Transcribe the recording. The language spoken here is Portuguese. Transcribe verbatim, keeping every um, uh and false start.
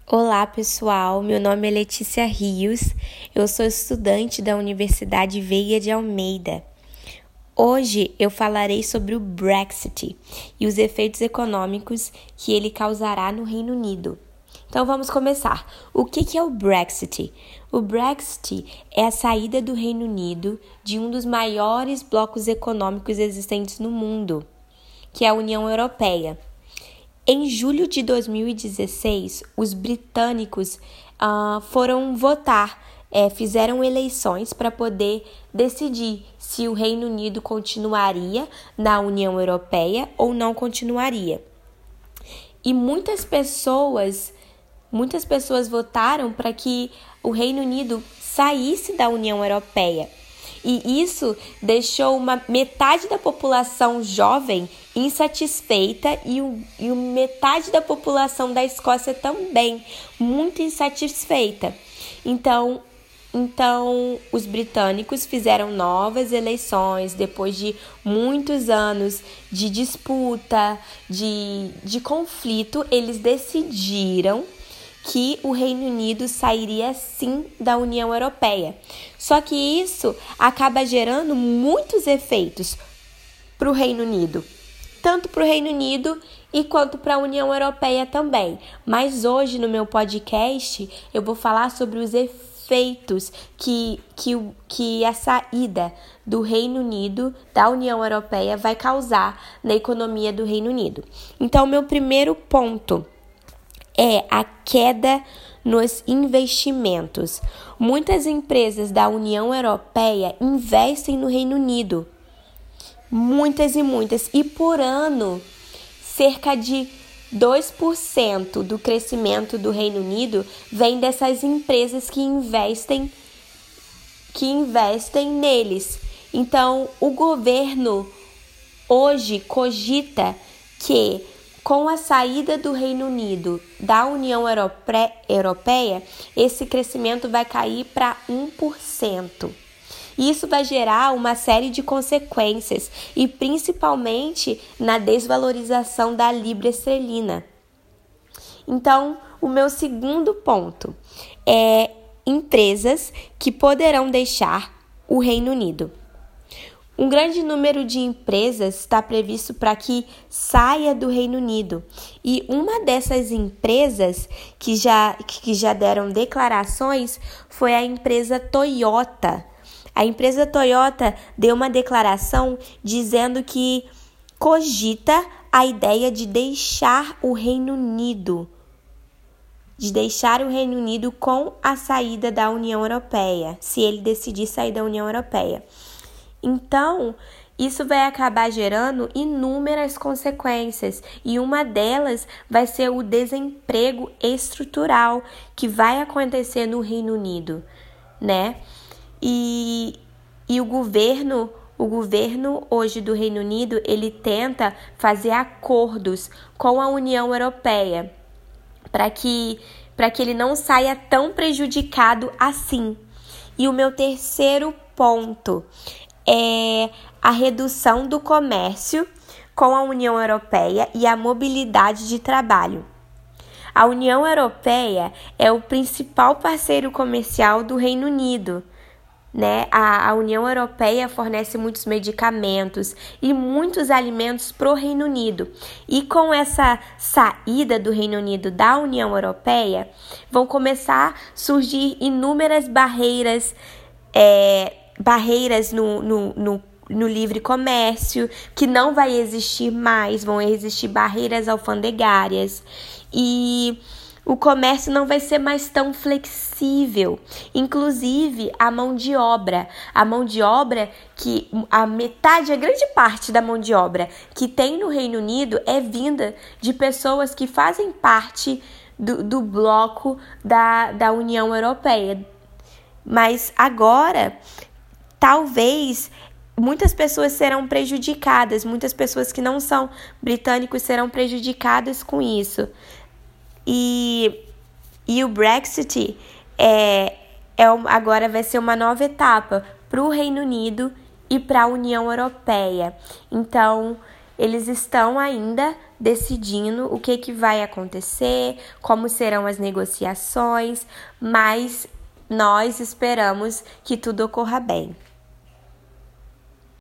Olá, pessoal. Meu nome é Letícia Rios. Eu sou estudante da Universidade Veiga de Almeida. Hoje eu falarei sobre o Brexit e os efeitos econômicos que ele causará no Reino Unido. Então vamos começar. O que é o Brexit? O Brexit é a saída do Reino Unido de um dos maiores blocos econômicos existentes no mundo, que é a União Europeia. Em julho de dois mil e dezesseis, os britânicos uh, foram votar, é, fizeram eleições para poder decidir se o Reino Unido continuaria na União Europeia ou não continuaria. E muitas pessoas, muitas pessoas votaram para que o Reino Unido saísse da União Europeia. E isso deixou uma metade da população jovem insatisfeita e, o, e o metade da população da Escócia também muito insatisfeita. Então, então, os britânicos fizeram novas eleições depois de muitos anos de disputa, de, de conflito. Eles decidiram que o Reino Unido sairia sim da União Europeia. Só que isso acaba gerando muitos efeitos para o Reino Unido, tanto para o Reino Unido e quanto para a União Europeia também. Mas hoje no meu podcast eu vou falar sobre os efeitos que, que, que a saída do Reino Unido da União Europeia vai causar na economia do Reino Unido. Então, meu primeiro ponto é a queda nos investimentos. Muitas empresas da União Europeia investem no Reino Unido. Muitas e muitas. E por ano, cerca de dois por cento do crescimento do Reino Unido vem dessas empresas que investem, que investem neles. Então, o governo hoje cogita que com a saída do Reino Unido da União Europeia, esse crescimento vai cair para um por cento. Isso vai gerar uma série de consequências e principalmente na desvalorização da libra esterlina. Então, o meu segundo ponto é empresas que poderão deixar o Reino Unido. Um grande número de empresas está previsto para que saia do Reino Unido. E uma dessas empresas que já, que já deram declarações foi a empresa Toyota. A empresa Toyota deu uma declaração dizendo que cogita a ideia de deixar o Reino Unido, de deixar o Reino Unido com a saída da União Europeia, se ele decidir sair da União Europeia. Então, isso vai acabar gerando inúmeras consequências e uma delas vai ser o desemprego estrutural que vai acontecer no Reino Unido, né? E, e o governo, o governo hoje do Reino Unido, ele tenta fazer acordos com a União Europeia para que, para que ele não saia tão prejudicado assim. E o meu terceiro ponto é a redução do comércio com a União Europeia e a mobilidade de trabalho. A União Europeia é o principal parceiro comercial do Reino Unido, né? A, a União Europeia fornece muitos medicamentos e muitos alimentos para o Reino Unido. E com essa saída do Reino Unido da União Europeia, vão começar a surgir inúmeras barreiras, é, barreiras no, no, no, no livre comércio, que não vai existir mais, vão existir barreiras alfandegárias e o comércio não vai ser mais tão flexível. Inclusive, a mão de obra, a mão de obra que a metade, a grande parte da mão de obra que tem no Reino Unido é vinda de pessoas que fazem parte do, do bloco da, da União Europeia. Mas agora, talvez muitas pessoas serão prejudicadas, muitas pessoas que não são britânicos serão prejudicadas com isso. E, e o Brexit é, é, agora vai ser uma nova etapa para o Reino Unido e para a União Europeia. Então, eles estão ainda decidindo o que, que vai acontecer, como serão as negociações, mas nós esperamos que tudo ocorra bem.